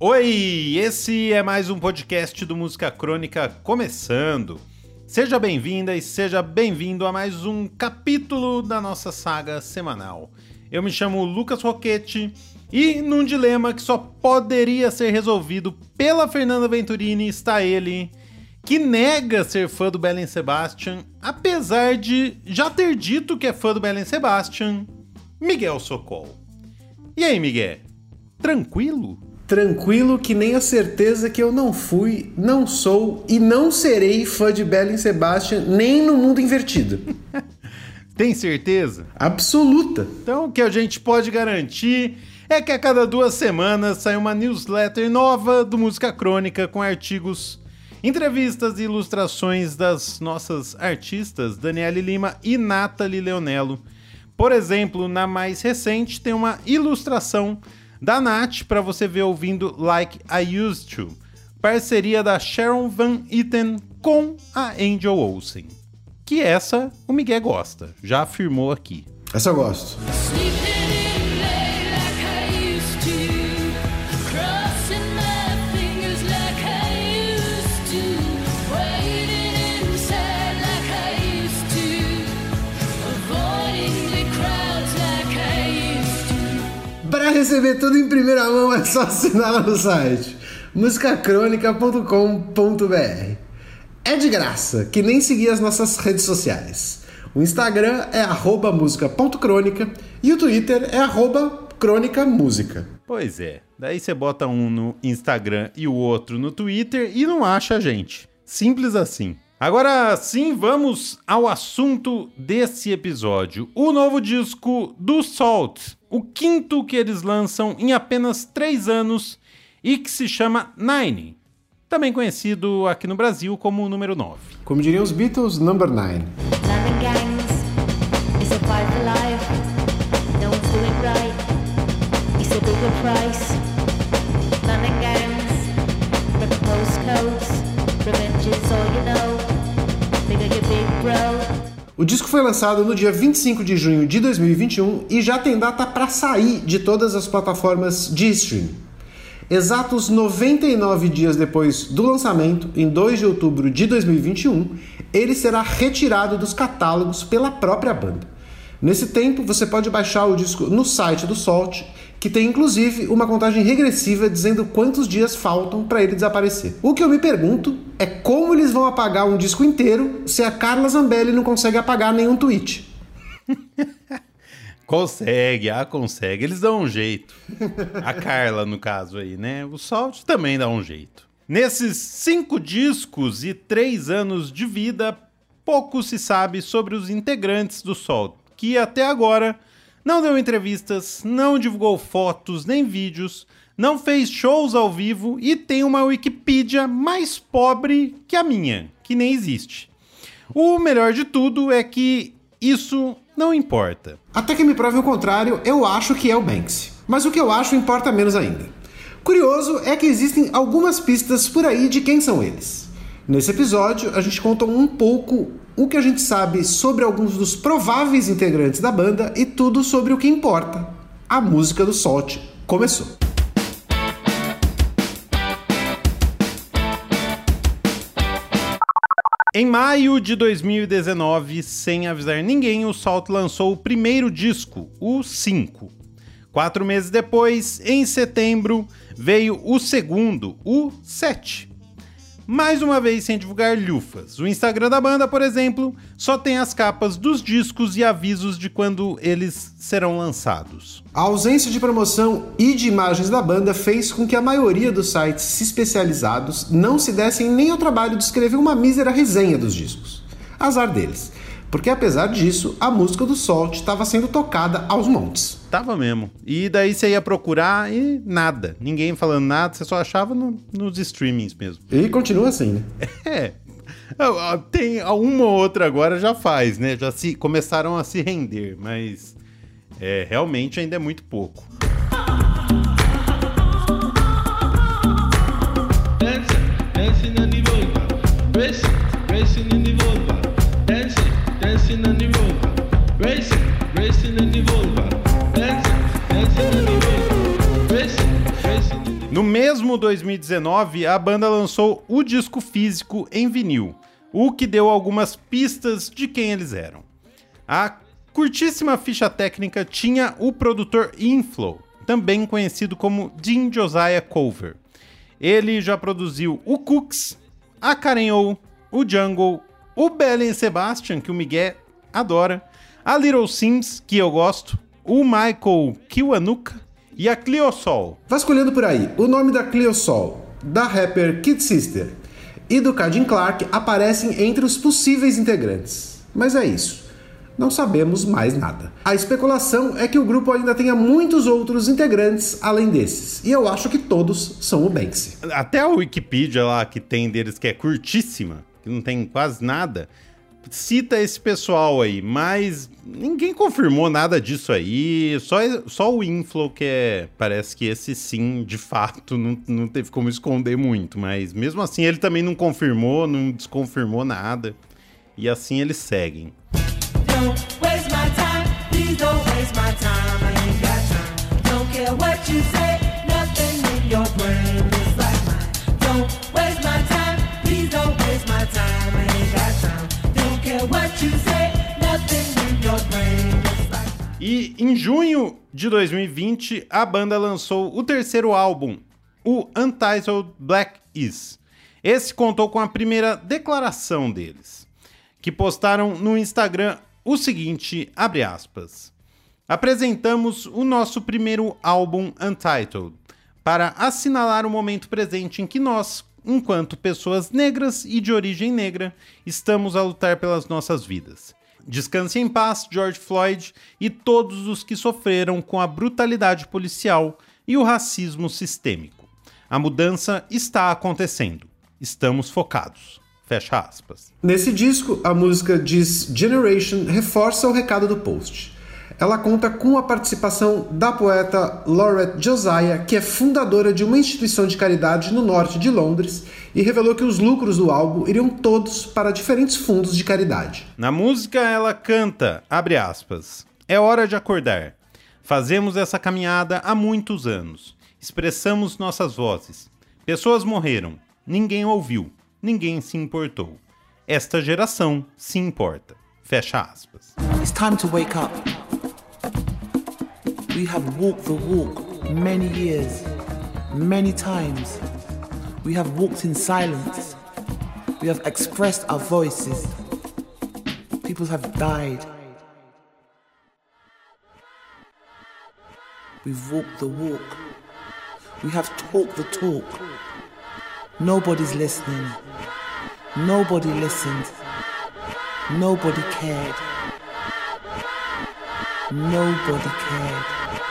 Oi, esse é mais um podcast do Música Crônica começando. Seja bem-vinda e seja bem-vindo a mais um capítulo da nossa saga semanal. Eu me chamo Lucas Rocchetti e num dilema que só poderia ser resolvido pela Fernanda Venturini está ele, que nega ser fã do Belen Sebastian, apesar de já ter dito que é fã do Belen Sebastian, Miguel Socol. E aí, Miguel? Tranquilo? Tranquilo que nem a certeza que eu não fui, não sou e não serei fã de Belen Sebastian nem no mundo invertido. Tem certeza? Absoluta. Então o que a gente pode garantir é que a cada 2 semanas sai uma newsletter nova do Música Crônica com artigos, entrevistas e ilustrações das nossas artistas Daniele Lima e Nathalie Leonello. Por exemplo, na mais recente tem uma ilustração da Nath para você ver ouvindo Like I Used To, parceria da Sharon Van Etten com a Angel Olsen. Que essa o Miguel gosta, já afirmou aqui. Essa eu gosto. Para receber tudo em primeira mão é só assinar lá no site musicacronica.com.br. É de graça, que nem seguir as nossas redes sociais. O Instagram é @musica.cronica e o Twitter é @crônicamúsica. Pois é, daí você bota um no Instagram e o outro no Twitter e não acha a gente. Simples assim. Agora sim, vamos ao assunto desse episódio. O novo disco do Salt, o 5º que eles lançam em apenas 3 anos e que se chama Nine, também conhecido aqui no Brasil como o número 9. Como diriam os Beatles, Number 9. O disco foi lançado no dia 25 de junho de 2021 e já tem data para sair de todas as plataformas de streaming. Exatos 99 dias depois do lançamento, em 2 de outubro de 2021, ele será retirado dos catálogos pela própria banda. Nesse tempo, você pode baixar o disco no site do Salt, que tem inclusive uma contagem regressiva dizendo quantos dias faltam para ele desaparecer. O que eu me pergunto é como eles vão apagar um disco inteiro se a Carla Zambelli não consegue apagar nenhum tweet. Consegue. Eles dão um jeito. A Carla, no caso aí, né? O Salt também dá um jeito. Nesses 5 discos e 3 anos de vida, pouco se sabe sobre os integrantes do Salt, que até agora não deu entrevistas, não divulgou fotos nem vídeos, não fez shows ao vivo e tem uma Wikipedia mais pobre que a minha, que nem existe. O melhor de tudo é que isso não importa. Até que me prove o contrário, eu acho que é o Banksy. Mas o que eu acho importa menos ainda. Curioso é que existem algumas pistas por aí de quem são eles. Nesse episódio, a gente conta um pouco o que a gente sabe sobre alguns dos prováveis integrantes da banda e tudo sobre o que importa. A música do Salt começou. Em maio de 2019, sem avisar ninguém, o Salt lançou o primeiro disco, o 5. 4 meses depois, em setembro, veio o segundo, o 7. Mais uma vez sem divulgar lufas. O Instagram da banda, por exemplo, só tem as capas dos discos e avisos de quando eles serão lançados. A ausência de promoção e de imagens da banda fez com que a maioria dos sites especializados não se dessem nem ao trabalho de escrever uma mísera resenha dos discos. Azar deles. Porque apesar disso, a música do Salt estava sendo tocada aos montes. Tava mesmo. E daí você ia procurar e nada. Ninguém falando nada, você só achava nos streamings mesmo. E continua assim, né? Tem uma ou outra agora já faz, né? Já começaram a se render, mas realmente ainda é muito pouco. Dancing on the Volga, racing in the Volga, dancing on the Volga, racing in the Volga, dancing on the Volga, racing in the... No mês mesmo 2019, a banda lançou o disco físico em vinil, o que deu algumas pistas de quem eles eram. A curtíssima ficha técnica tinha o produtor Inflow, também conhecido como Dean Josiah Culver. Ele já produziu o Cooks, a Karen O, o Jungle, o Belle e Sebastian, que o Miguel adora, a Little Sims, que eu gosto, o Michael Kiwanuka e a Cleo Sol. Vasculhando por aí, o nome da Cleo Sol, da rapper Kid Sister e do Cadillac Clark aparecem entre os possíveis integrantes. Mas é isso. Não sabemos mais nada. A especulação é que o grupo ainda tenha muitos outros integrantes além desses. E eu acho que todos são o Banksy. Até a Wikipedia lá que tem deles, que é curtíssima, que não tem quase nada, cita esse pessoal aí, mas ninguém confirmou nada disso aí, só o Inflow que parece que esse sim, de fato, não teve como esconder muito, mas mesmo assim ele também não confirmou, não desconfirmou nada, e assim eles seguem. Don't waste my time, please don't waste my time, I ain't got time, don't care what you say, nothing in your brain is like mine, don't waste my time, please don't waste my time, I ain't got time. E em junho de 2020, a banda lançou o terceiro álbum, o Untitled Black Is. Esse contou com a primeira declaração deles, que postaram no Instagram o seguinte, abre aspas, apresentamos o nosso primeiro álbum Untitled, para assinalar o momento presente em que nós, enquanto pessoas negras e de origem negra, estamos a lutar pelas nossas vidas. Descanse em paz, George Floyd e todos os que sofreram com a brutalidade policial e o racismo sistêmico. A mudança está acontecendo. Estamos focados. Fecha aspas. Nesse disco, a música This Generation reforça o recado do post. Ela conta com a participação da poeta Laurette Josiah, que é fundadora de uma instituição de caridade no norte de Londres, e revelou que os lucros do álbum iriam todos para diferentes fundos de caridade. Na música ela canta, abre aspas, é hora de acordar. Fazemos essa caminhada há muitos anos. Expressamos nossas vozes. Pessoas morreram. Ninguém ouviu. Ninguém se importou. Esta geração se importa. Fecha aspas. It's time to wake up. We have walked the walk many years, many times. We have walked in silence. We have expressed our voices. People have died. We've walked the walk. We have talked the talk. Nobody's listening. Nobody listened. Nobody cared. Nobody cared.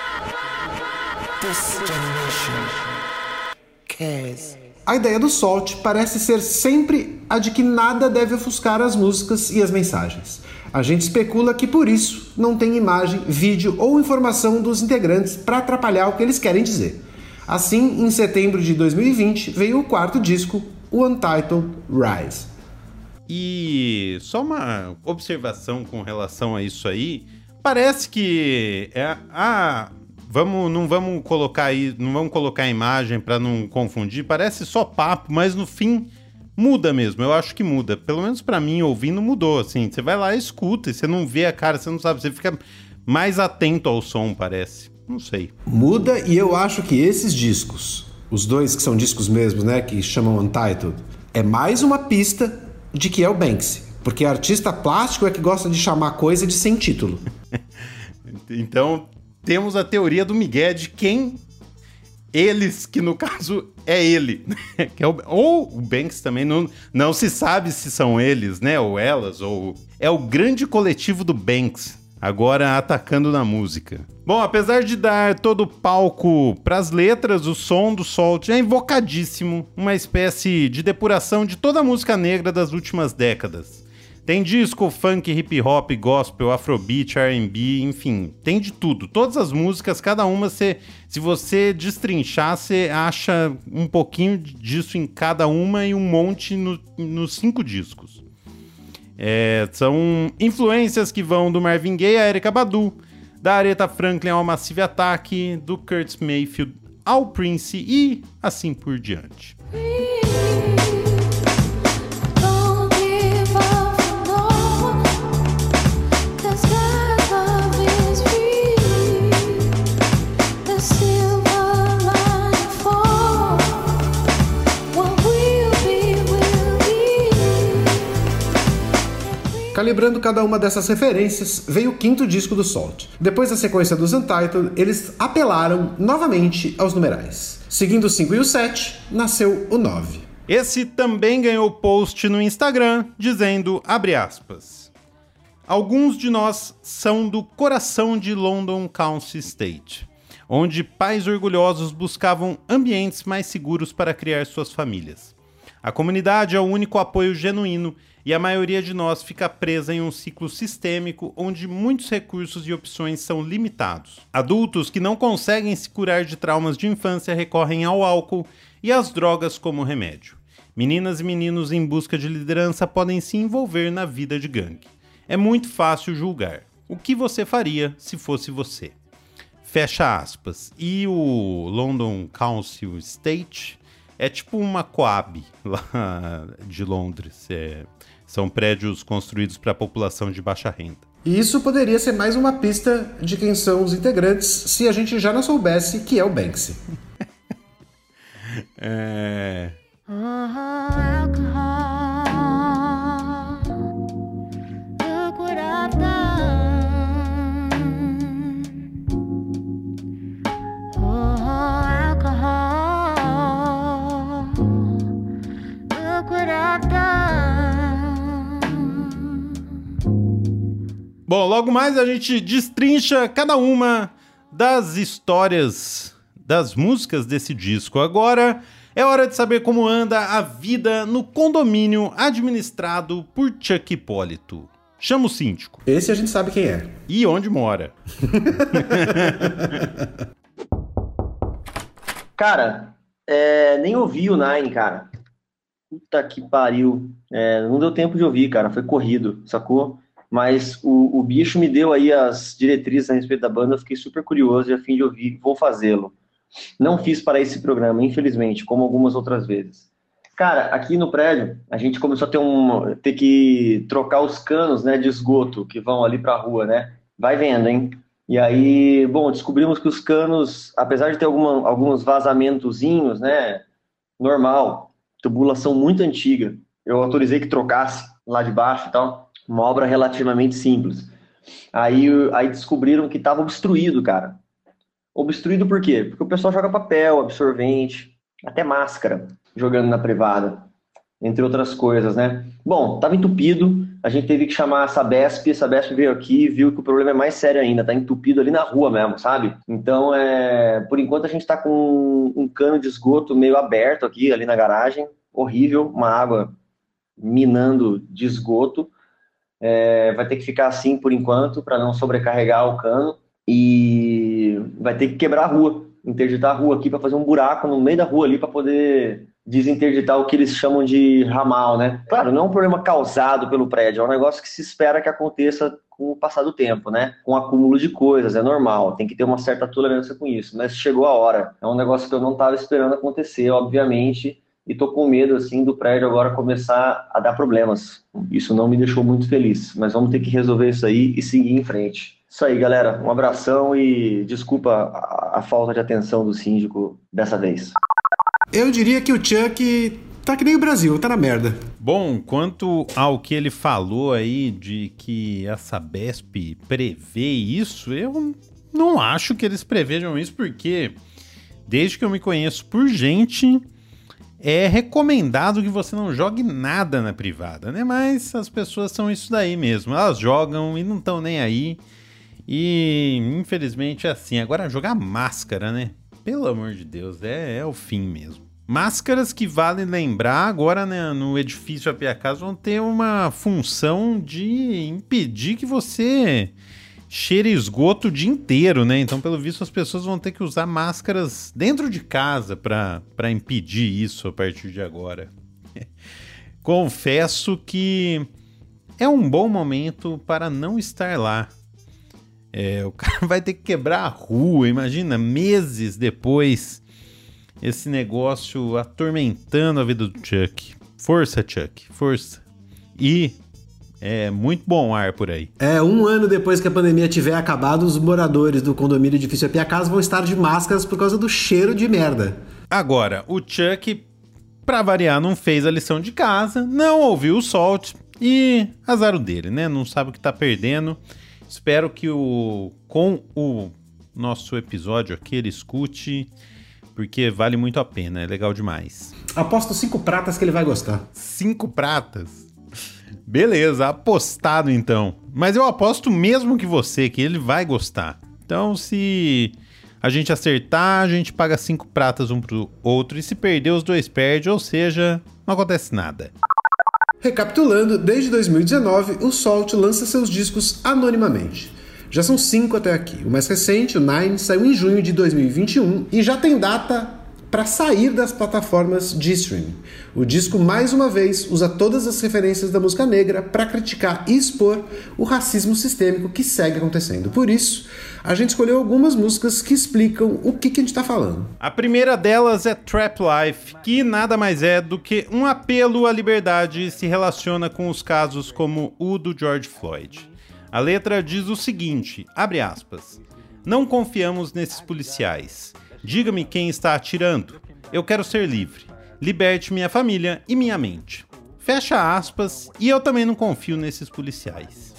This generation cares. A ideia do Salt parece ser sempre a de que nada deve ofuscar as músicas e as mensagens. A gente especula que por isso não tem imagem, vídeo ou informação dos integrantes para atrapalhar o que eles querem dizer. Assim, em setembro de 2020, veio o quarto disco, o Untitled Rise. E só uma observação com relação a isso aí, parece que não vamos colocar a imagem para não confundir, parece só papo, mas no fim muda mesmo, eu acho que muda. Pelo menos para mim, ouvindo, mudou, assim. Você vai lá e escuta, e você não vê a cara, você não sabe, você fica mais atento ao som, parece. Não sei. Muda, e eu acho que esses discos, os dois que são discos mesmos, né, que chamam Untitled, é mais uma pista de que é o Banksy. Porque artista plástico é que gosta de chamar coisa de sem título. Então, temos a teoria do Miguel de quem eles, que no caso é ele. Que é ou o Banksy também, não se sabe se são eles, né, ou elas, ou... É o grande coletivo do Banksy, agora atacando na música. Bom, apesar de dar todo o palco pras letras, o som do Salt é invocadíssimo, uma espécie de depuração de toda a música negra das últimas décadas. Tem disco, funk, hip hop, gospel, afrobeat, R&B, enfim, tem de tudo. Todas as músicas, cada uma, se você destrinchar, você acha um pouquinho disso em cada uma e um monte nos 5 discos. São influências que vão do Marvin Gaye a Erykah Badu, da Aretha Franklin ao Massive Attack, do Curtis Mayfield ao Prince e assim por diante. Calibrando cada uma dessas referências, veio o quinto disco do Salt. Depois da sequência dos Untitled, eles apelaram novamente aos numerais. Seguindo o 5 e o 7, nasceu o 9. Esse também ganhou post no Instagram, dizendo, abre aspas, alguns de nós são do coração de London Council Estate, onde pais orgulhosos buscavam ambientes mais seguros para criar suas famílias. A comunidade é o único apoio genuíno e a maioria de nós fica presa em um ciclo sistêmico onde muitos recursos e opções são limitados. Adultos que não conseguem se curar de traumas de infância recorrem ao álcool e às drogas como remédio. Meninas e meninos em busca de liderança podem se envolver na vida de gangue. É muito fácil julgar. O que você faria se fosse você? Fecha aspas. E o London Council Estate é tipo uma Coab lá de Londres. São prédios construídos para a população de baixa renda. E isso poderia ser mais uma pista de quem são os integrantes, se a gente já não soubesse que é o Banksy. Bom, logo mais a gente destrincha cada uma das histórias das músicas desse disco. Agora é hora de saber como anda a vida no condomínio administrado por Chuck Hipólito. Chama o síndico. Esse a gente sabe quem é. E onde mora. Cara, nem ouvi o Nine, cara. Puta que pariu. Não deu tempo de ouvir, cara. Foi corrido, sacou? Mas o bicho me deu aí as diretrizes a respeito da banda, eu fiquei super curioso e a fim de ouvir, vou fazê-lo. Não fiz para esse programa, infelizmente, como algumas outras vezes. Cara, aqui no prédio, a gente começou a ter que trocar os canos, né, de esgoto que vão ali pra rua, né? Vai vendo, hein? E aí, bom, descobrimos que os canos, apesar de ter alguns vazamentozinhos, né, normal, tubulação muito antiga, eu autorizei que trocasse lá de baixo e tal. Uma obra relativamente simples. Aí descobriram que estava obstruído, cara. Obstruído por quê? Porque o pessoal joga papel, absorvente, até máscara, jogando na privada, entre outras coisas, né? Bom, estava entupido, a gente teve que chamar a Sabesp veio aqui e viu que o problema é mais sério ainda, tá entupido ali na rua mesmo, sabe? Então, por enquanto a gente tá com um cano de esgoto meio aberto aqui, ali na garagem, horrível, uma água minando de esgoto. Vai ter que ficar assim por enquanto, para não sobrecarregar o cano, e vai ter que quebrar a rua, interditar a rua aqui para fazer um buraco no meio da rua ali para poder desinterditar o que eles chamam de ramal, né? Claro, não é um problema causado pelo prédio, é um negócio que se espera que aconteça com o passar do tempo, né? Com o acúmulo de coisas, é normal, tem que ter uma certa tolerância com isso, mas chegou a hora, é um negócio que eu não estava esperando acontecer, obviamente, e tô com medo, assim, do prédio agora começar a dar problemas. Isso não me deixou muito feliz, mas vamos ter que resolver isso aí e seguir em frente. Isso aí, galera. Um abração e desculpa a falta de atenção do síndico dessa vez. Eu diria que o Chuck tá que nem o Brasil, tá na merda. Bom, quanto ao que ele falou aí de que a Sabesp prevê isso, eu não acho que eles prevejam isso, porque desde que eu me conheço por gente, é recomendado que você não jogue nada na privada, né? Mas as pessoas são isso daí mesmo. Elas jogam e não estão nem aí. E, infelizmente, é assim. Agora, jogar máscara, né? Pelo amor de Deus, é o fim mesmo. Máscaras que, vale lembrar, agora, né, no edifício APA vão ter uma função de impedir que você cheire esgoto o dia inteiro, né? Então, pelo visto, as pessoas vão ter que usar máscaras dentro de casa para impedir isso a partir de agora. Confesso que é um bom momento para não estar lá. O cara vai ter que quebrar a rua, imagina, meses depois esse negócio atormentando a vida do Chuck. Força, Chuck, força. E é muito bom ar por aí. Um ano depois que a pandemia tiver acabado, os moradores do condomínio Edifício A Pia Casa vão estar de máscaras por causa do cheiro de merda. Agora, o Chuck, pra variar, não fez a lição de casa, não ouviu o Salt e azar o dele, né? Não sabe o que tá perdendo. Espero que com o nosso episódio aqui ele escute, porque vale muito a pena, é legal demais. Aposto 5 pratas que ele vai gostar. 5 pratas? Beleza, apostado então. Mas eu aposto mesmo que você, que ele vai gostar. Então, se a gente acertar, a gente paga 5 pratas um pro outro. E se perder, os dois perdem, ou seja, não acontece nada. Recapitulando, desde 2019, o Salt lança seus discos anonimamente. Já são 5 até aqui. O mais recente, o Nine, saiu em junho de 2021 e já tem data para sair das plataformas de streaming. O disco, mais uma vez, usa todas as referências da música negra para criticar e expor o racismo sistêmico que segue acontecendo. Por isso, a gente escolheu algumas músicas que explicam o que a gente está falando. A primeira delas é Trap Life, que nada mais é do que um apelo à liberdade e se relaciona com os casos como o do George Floyd. A letra diz o seguinte, abre aspas, não confiamos nesses policiais. Diga-me quem está atirando. Eu quero ser livre. Liberte minha família e minha mente. Fecha aspas, e eu também não confio nesses policiais.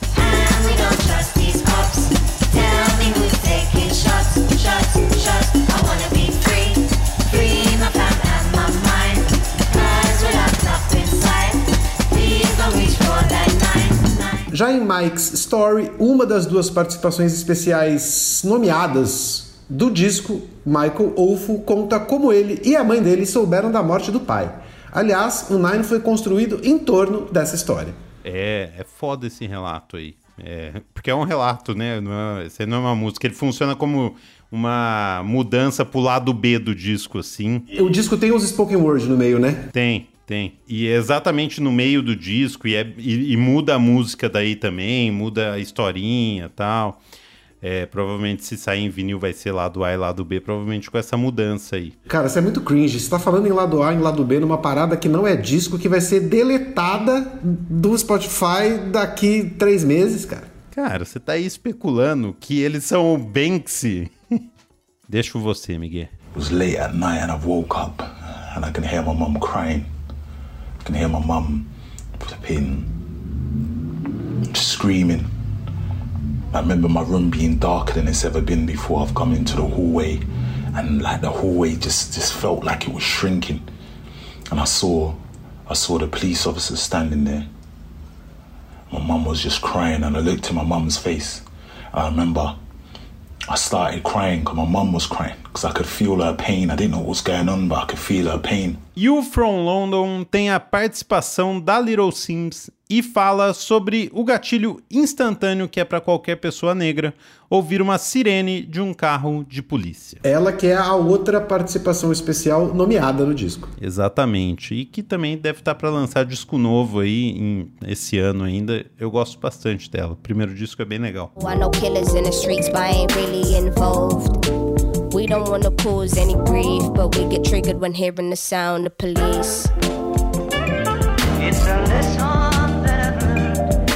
Já em Mike's Story, uma das 2 participações especiais nomeadas do disco, Michael Olfo conta como ele e a mãe dele souberam da morte do pai. Aliás, o Nine foi construído em torno dessa história. É foda esse relato aí. Porque é um relato, né? Isso não é uma música. Ele funciona como uma mudança pro lado B do disco, assim. O disco tem uns spoken words no meio, né? Tem. E é exatamente no meio do disco, e muda a música daí também, muda a historinha e tal. Provavelmente se sair em vinil vai ser lado A e lado B, provavelmente com essa mudança aí. Cara, isso é muito cringe. Você tá falando em lado A e em lado B numa parada que não é disco, que vai ser deletada do Spotify daqui 3 meses, cara. Cara, você tá aí especulando que eles são o Banksy. Deixa você, Miguel. It was late at night and I woke up and I can hear my mum crying. I can hear my mum flipping, screaming. I remember my room being darker than it's ever been before. I've come into the hallway and like the hallway just felt like it was shrinking. And I saw the police officers standing there. My mum was just crying and I looked at my mum's face. I remember I started crying because my mum was crying because I could feel her pain. I didn't know what was going on, but I could feel her pain. You From London tem a participação da Little Sims e fala sobre o gatilho instantâneo que é para qualquer pessoa negra ouvir uma sirene de um carro de polícia. Ela que é a outra participação especial nomeada no disco. Exatamente, e que também deve estar para lançar disco novo aí esse ano ainda. Eu gosto bastante dela, o primeiro disco é bem legal. I know killers in the streets, but I ain't really involved. We don't want to cause any grief, but we get triggered when hearing the sound of police. It's a lesson that I've learned,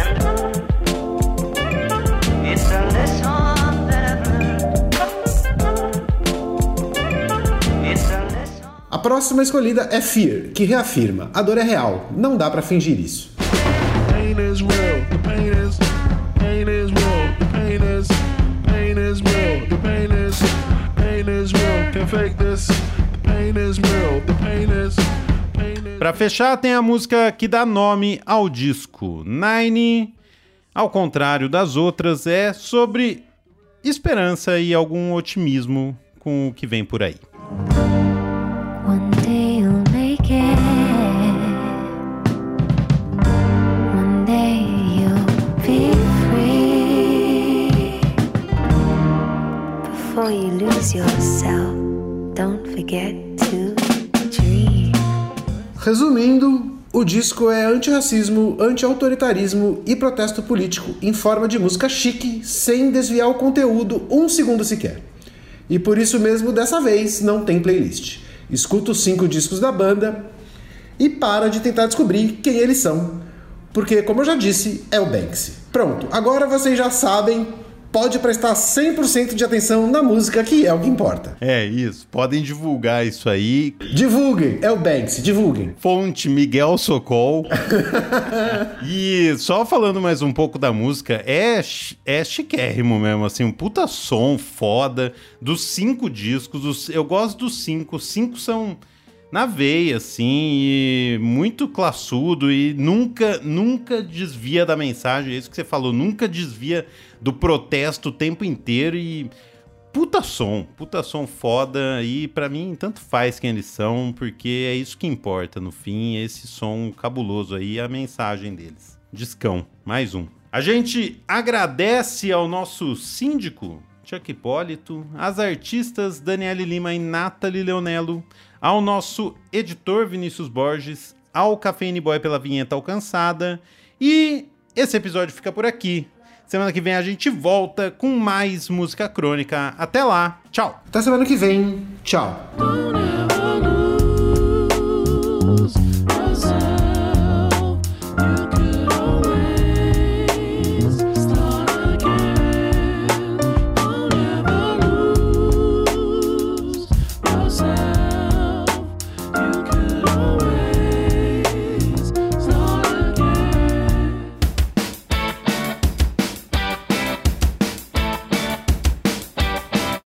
and it's a lesson that I've learned. It's a lesson. A próxima escolhida é Fear, que reafirma: a dor é real, não dá pra fingir isso. Pain is real, the pain is real, the pain is real, the pain is real, can't fake this, the pain is real, the pain is. Pra fechar, tem a música que dá nome ao disco. Nine, ao contrário das outras, é sobre esperança e algum otimismo com o que vem por aí. One day you'll make it. One day you'll be free. Before you lose yourself, don't forget to dream. Resumindo, o disco é antirracismo, anti-autoritarismo e protesto político em forma de música chique, sem desviar o conteúdo um segundo sequer. E por isso mesmo, dessa vez, não tem playlist. Escuta os 5 discos da banda e para de tentar descobrir quem eles são. Porque, como eu já disse, é o Banksy. Pronto, agora vocês já sabem, pode prestar 100% de atenção na música, que é o que importa. É isso, podem divulgar isso aí. Divulguem, é o Banksy, divulguem. Fonte Miguel Socol. E só falando mais um pouco da música, é chiquérrimo mesmo, assim, um puta som foda dos 5 discos. Eu gosto dos 5, os 5 são na veia, assim, e muito classudo e nunca desvia da mensagem, é isso que você falou, nunca desvia do protesto o tempo inteiro e puta som foda, e pra mim tanto faz quem eles são, porque é isso que importa no fim, esse som cabuloso aí, a mensagem deles. Discão, mais um. A gente agradece ao nosso síndico, Chuck Hipólito, às artistas Daniele Lima e Nathalie Leonello, ao nosso editor Vinícius Borges, ao Cafeine Boy pela vinheta alcançada, e esse episódio fica por aqui. Semana que vem a gente volta com mais música crônica. Até lá, tchau! Até semana que vem, tchau!